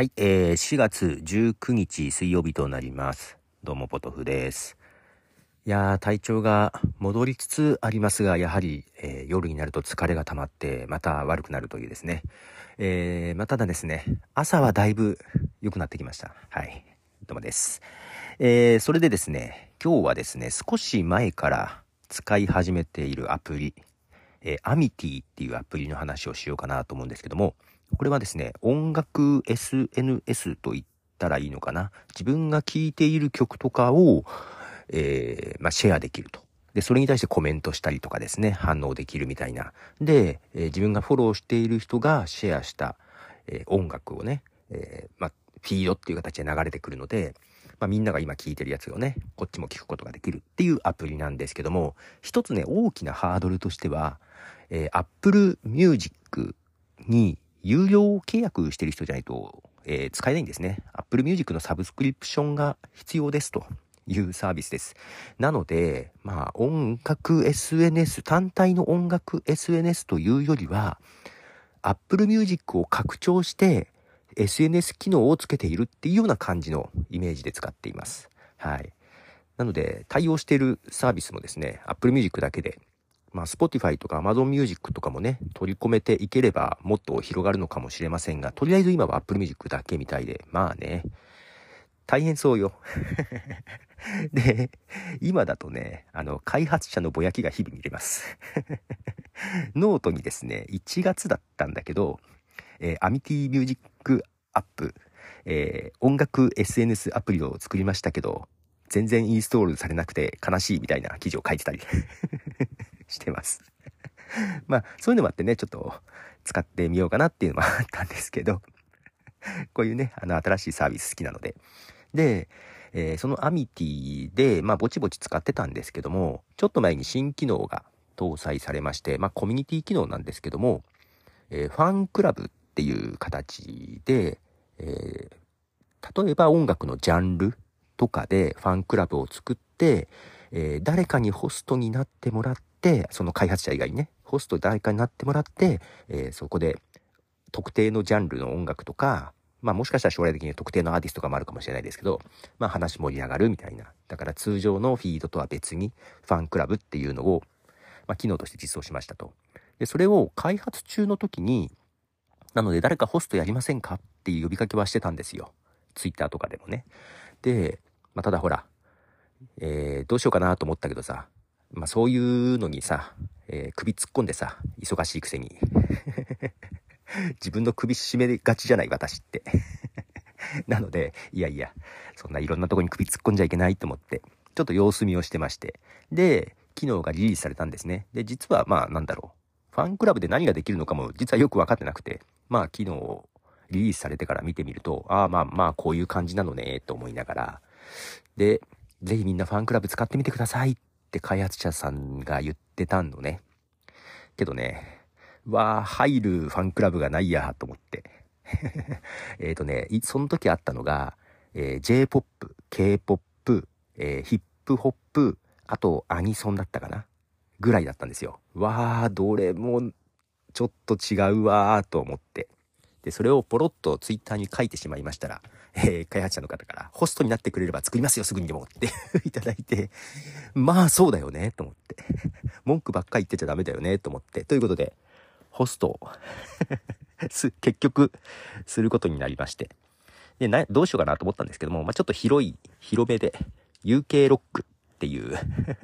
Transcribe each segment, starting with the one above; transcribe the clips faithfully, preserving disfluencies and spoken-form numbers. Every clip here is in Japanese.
はい、えー、しがつじゅうくにち水曜日となります。どうもポトフです。いやー、体調が戻りつつありますが、やはり、えー、夜になると疲れが溜まってまた悪くなるというですね。えー、まあ、ただですね、朝はだいぶ良くなってきました。はい、どうもです。えー、それでですね、今日はですね、少し前から使い始めているアプリ、えー、アミティっていうアプリの話をしようかなと思うんですけども、これはですね、音楽 エスエヌエス と言ったらいいのかな。自分が聴いている曲とかを、えー、まあ、シェアできると。で、それに対してコメントしたりとかですね、反応できるみたいな。で、えー、自分がフォローしている人がシェアした、えー、音楽をね、えー、まあ、フィードっていう形で流れてくるので、まあ、みんなが今聴いてるやつをね、こっちも聴くことができるっていうアプリなんですけども、一つね、大きなハードルとしては、えー、Apple Music に有料契約してる人じゃないと、えー、使えないんですね。Apple Music のサブスクリプションが必要ですというサービスです。なので、まあ音楽 エスエヌエス、単体の音楽 エスエヌエス というよりは、Apple Music を拡張して エスエヌエス 機能をつけているっていうような感じのイメージで使っています。はい。なので、対応しているサービスもですね、Apple Music だけで、まあ、Spotify とか Amazon Music とかもね、取り込めていければもっと広がるのかもしれませんが、とりあえず今は Apple Music だけみたいで、まあね、大変そうよ。で、今だとね、あの、開発者のぼやきが日々見れます。ノートにですね、いちがつだったんだけど、えー、アミティミュージックアップ、えー、音楽 エスエヌエス アプリを作りましたけど、全然インストールされなくて悲しいみたいな記事を書いてたりしてます。まあそういうのもあってね、ちょっと使ってみようかなっていうのもあったんですけど、こういうね、あの新しいサービス好きなので。で、えー、そのアミティで、まあぼちぼち使ってたんですけども、ちょっと前に新機能が搭載されまして、まあコミュニティ機能なんですけども、えー、ファンクラブっていう形で、えー、例えば音楽のジャンルとかでファンクラブを作って、えー、誰かにホストになってもらって、その開発者以外にね、ホスト誰かになってもらって、えー、そこで特定のジャンルの音楽とか、まあもしかしたら将来的に特定のアーティストとかもあるかもしれないですけど、まあ話盛り上がるみたいな。だから通常のフィードとは別にファンクラブっていうのを、まあ機能として実装しましたと。で、それを開発中の時に、なので誰かホストやりませんかっていう呼びかけはしてたんですよ。ツイッターとかでもね。で、まあただほら、えー、どうしようかなと思ったけどさ、まあそういうのにさ、えー、首突っ込んでさ、忙しいくせに自分の首絞めがちじゃない私ってなので、いやいや、そんないろんなとこに首突っ込んじゃいけないと思って、ちょっと様子見をしてまして、で、機能がリリースされたんですね。で、実はまあなんだろう、ファンクラブで何ができるのかも実はよく分かってなくて、まあ機能をリリースされてから見てみると、ああまあまあこういう感じなのねと思いながら、で、ぜひみんなファンクラブ使ってみてくださいって開発者さんが言ってたのね。けどね、わー、入るファンクラブがないやと思って。えっとね、その時あったのが、えー、J-ポップ、K-ポップ、えー、ヒップホップ、あとアニソンだったかなぐらいだったんですよ。わー、どれもちょっと違うわーと思って。で、それをポロッとツイッターに書いてしまいましたら、えー、開発者の方から、ホストになってくれれば作りますよ、すぐにでもっていただいて、まあそうだよね、と思って。文句ばっかり言ってちゃダメだよね、と思って。ということで、ホストを結局、することになりまして。で、な、どうしようかなと思ったんですけども、まあちょっと広い、広めで、ユーケー ロックっていう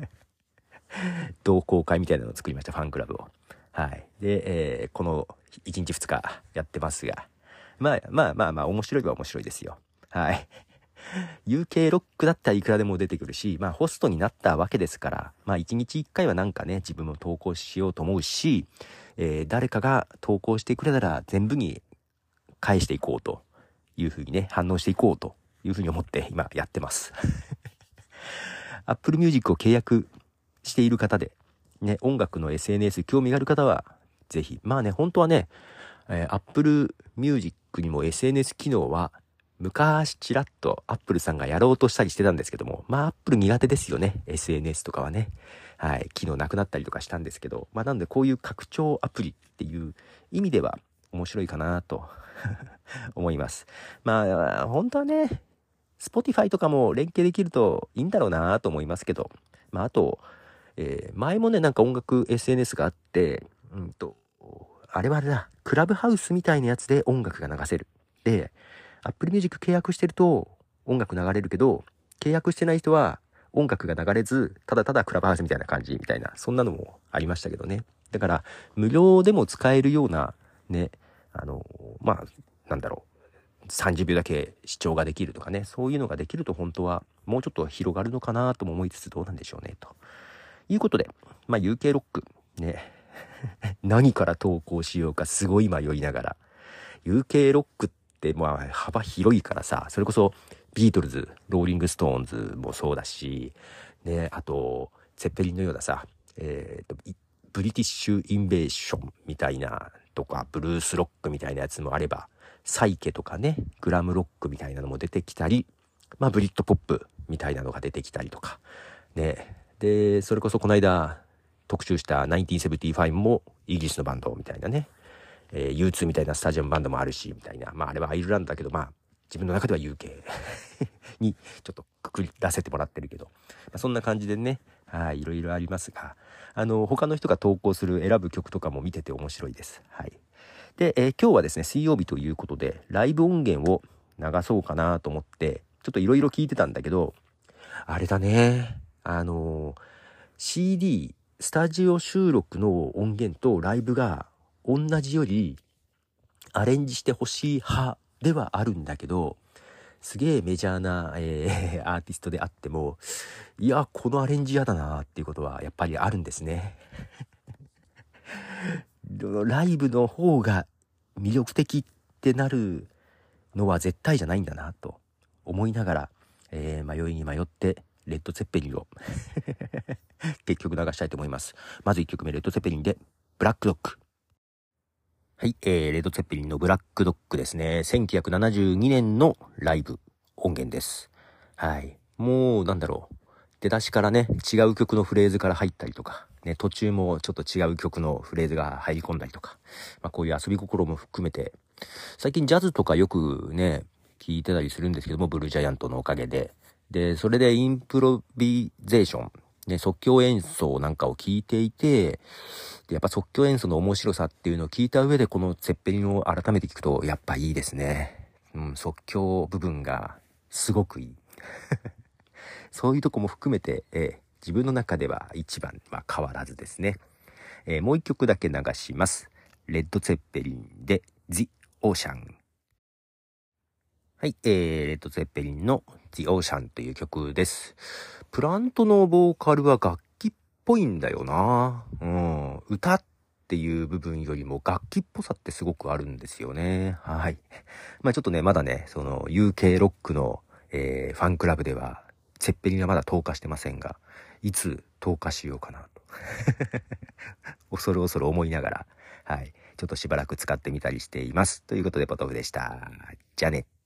同好会みたいなのを作りました、ファンクラブを。はい。で、えー、このいちにちふつかやってますが、まあまあまあまあ面白いは面白いですよ。はい。ユーケー ロックだったらいくらでも出てくるし、まあホストになったわけですから、まあいちにちいっかいはなんかね、自分も投稿しようと思うし、えー、誰かが投稿してくれたら全部に返していこうというふうにね、反応していこうというふうに思って今やってます。Apple Music を契約している方で、ね、音楽の エスエヌエス 興味がある方は、ぜひ、まあね、本当はね、えー、Apple Music にも エスエヌエス 機能は、昔ちらっと Apple さんがやろうとしたりしてたんですけども、まあ Apple 苦手ですよね、エスエヌエス とかはね。はい、機能なくなったりとかしたんですけど、まあなのでこういう拡張アプリっていう意味では面白いかなと思います。まあ、本当はね、Spotify とかも連携できるといいんだろうなと思いますけど、まあ、あと、えー前もね、なんか音楽 エスエヌエス があって、うんと、あれはあれだ、クラブハウスみたいなやつで音楽が流せる。で、Apple Music 契約してると音楽流れるけど、契約してない人は音楽が流れず、ただただクラブハウスみたいな感じみたいな、そんなのもありましたけどね。だから、無料でも使えるような、ね、あの、まあ、なんだろう、さんじゅうびょうだけ視聴ができるとかね、そういうのができると本当はもうちょっと広がるのかなとも思いつつ、どうなんでしょうね、ということで、まあ ユーケー ロック、ね、何から投稿しようかすごい迷いながら、ユーケー ロックってまあ幅広いからさ、それこそビートルズ、ローリングストーンズもそうだし、ね、あと、ゼッペリンのようなさ、えーと、ブリティッシュインベーションみたいなとか、ブルースロックみたいなやつもあれば、サイケとかね、グラムロックみたいなのも出てきたり、まあブリッドポップみたいなのが出てきたりとか、ね、で、それこそこの間特集したせんきゅうひゃくななじゅうごもイギリスのバンドみたいなね、えー、ユーツー みたいなスタジアムバンドもあるし、みたいな。まああれはアイルランドだけど、まあ自分の中では ユーケー にちょっとくくり出せてもらってるけど、まあ、そんな感じでね、はい、いろいろありますが、あの、他の人が投稿する選ぶ曲とかも見てて面白いです。はい。で、えー今日はですね、水曜日ということで、ライブ音源を流そうかなと思って、ちょっといろいろ聞いてたんだけど、あれだね、あの、シーディー、スタジオ収録の音源とライブが同じよりアレンジしてほしい派ではあるんだけど、すげえメジャーな、えーアーティストであっても、いや、このアレンジ嫌だなっていうことはやっぱりあるんですね。ライブの方が魅力的ってなるのは絶対じゃないんだなと思いながら、えー迷いに迷ってレッド・ツェッペリンを結局流したいと思います。まずいっきょくめ、レッド・ツェッペリンでブラックドッグ。はい、えー、レッド・ツェッペリンのブラックドッグですね。せんきゅうひゃくななじゅうにねんのライブ音源です。はい。もう、なんだろう。出だしからね、違う曲のフレーズから入ったりとか、ね、途中もちょっと違う曲のフレーズが入り込んだりとか、まあこういう遊び心も含めて、最近ジャズとかよくね、聞いてたりするんですけども、ブルージャイアントのおかげで。で、それでインプロビゼーション、ね、即興演奏なんかを聞いていて、で、やっぱ即興演奏の面白さっていうのを聞いた上で、このツェッペリンを改めて聞くと、やっぱいいですね。うん、即興部分がすごくいい。そういうとこも含めて、えー自分の中では一番は変わらずですね。えーもう一曲だけ流します。レッド・ツェッペリンで The Ocean。はい、えー、レッド・ツェッペリンの The Ocean という曲です。プラントのボーカルは楽器っぽいんだよな。うん、歌っていう部分よりも楽器っぽさってすごくあるんですよね。はい。まあちょっとね、まだね、その ユーケー ロックの、えーファンクラブでは、ツェッペリンはまだ投下してませんが、いつ投下しようかなと。恐る恐る思いながら、はい。ちょっとしばらく使ってみたりしています。ということで、ポトフでした。じゃあね。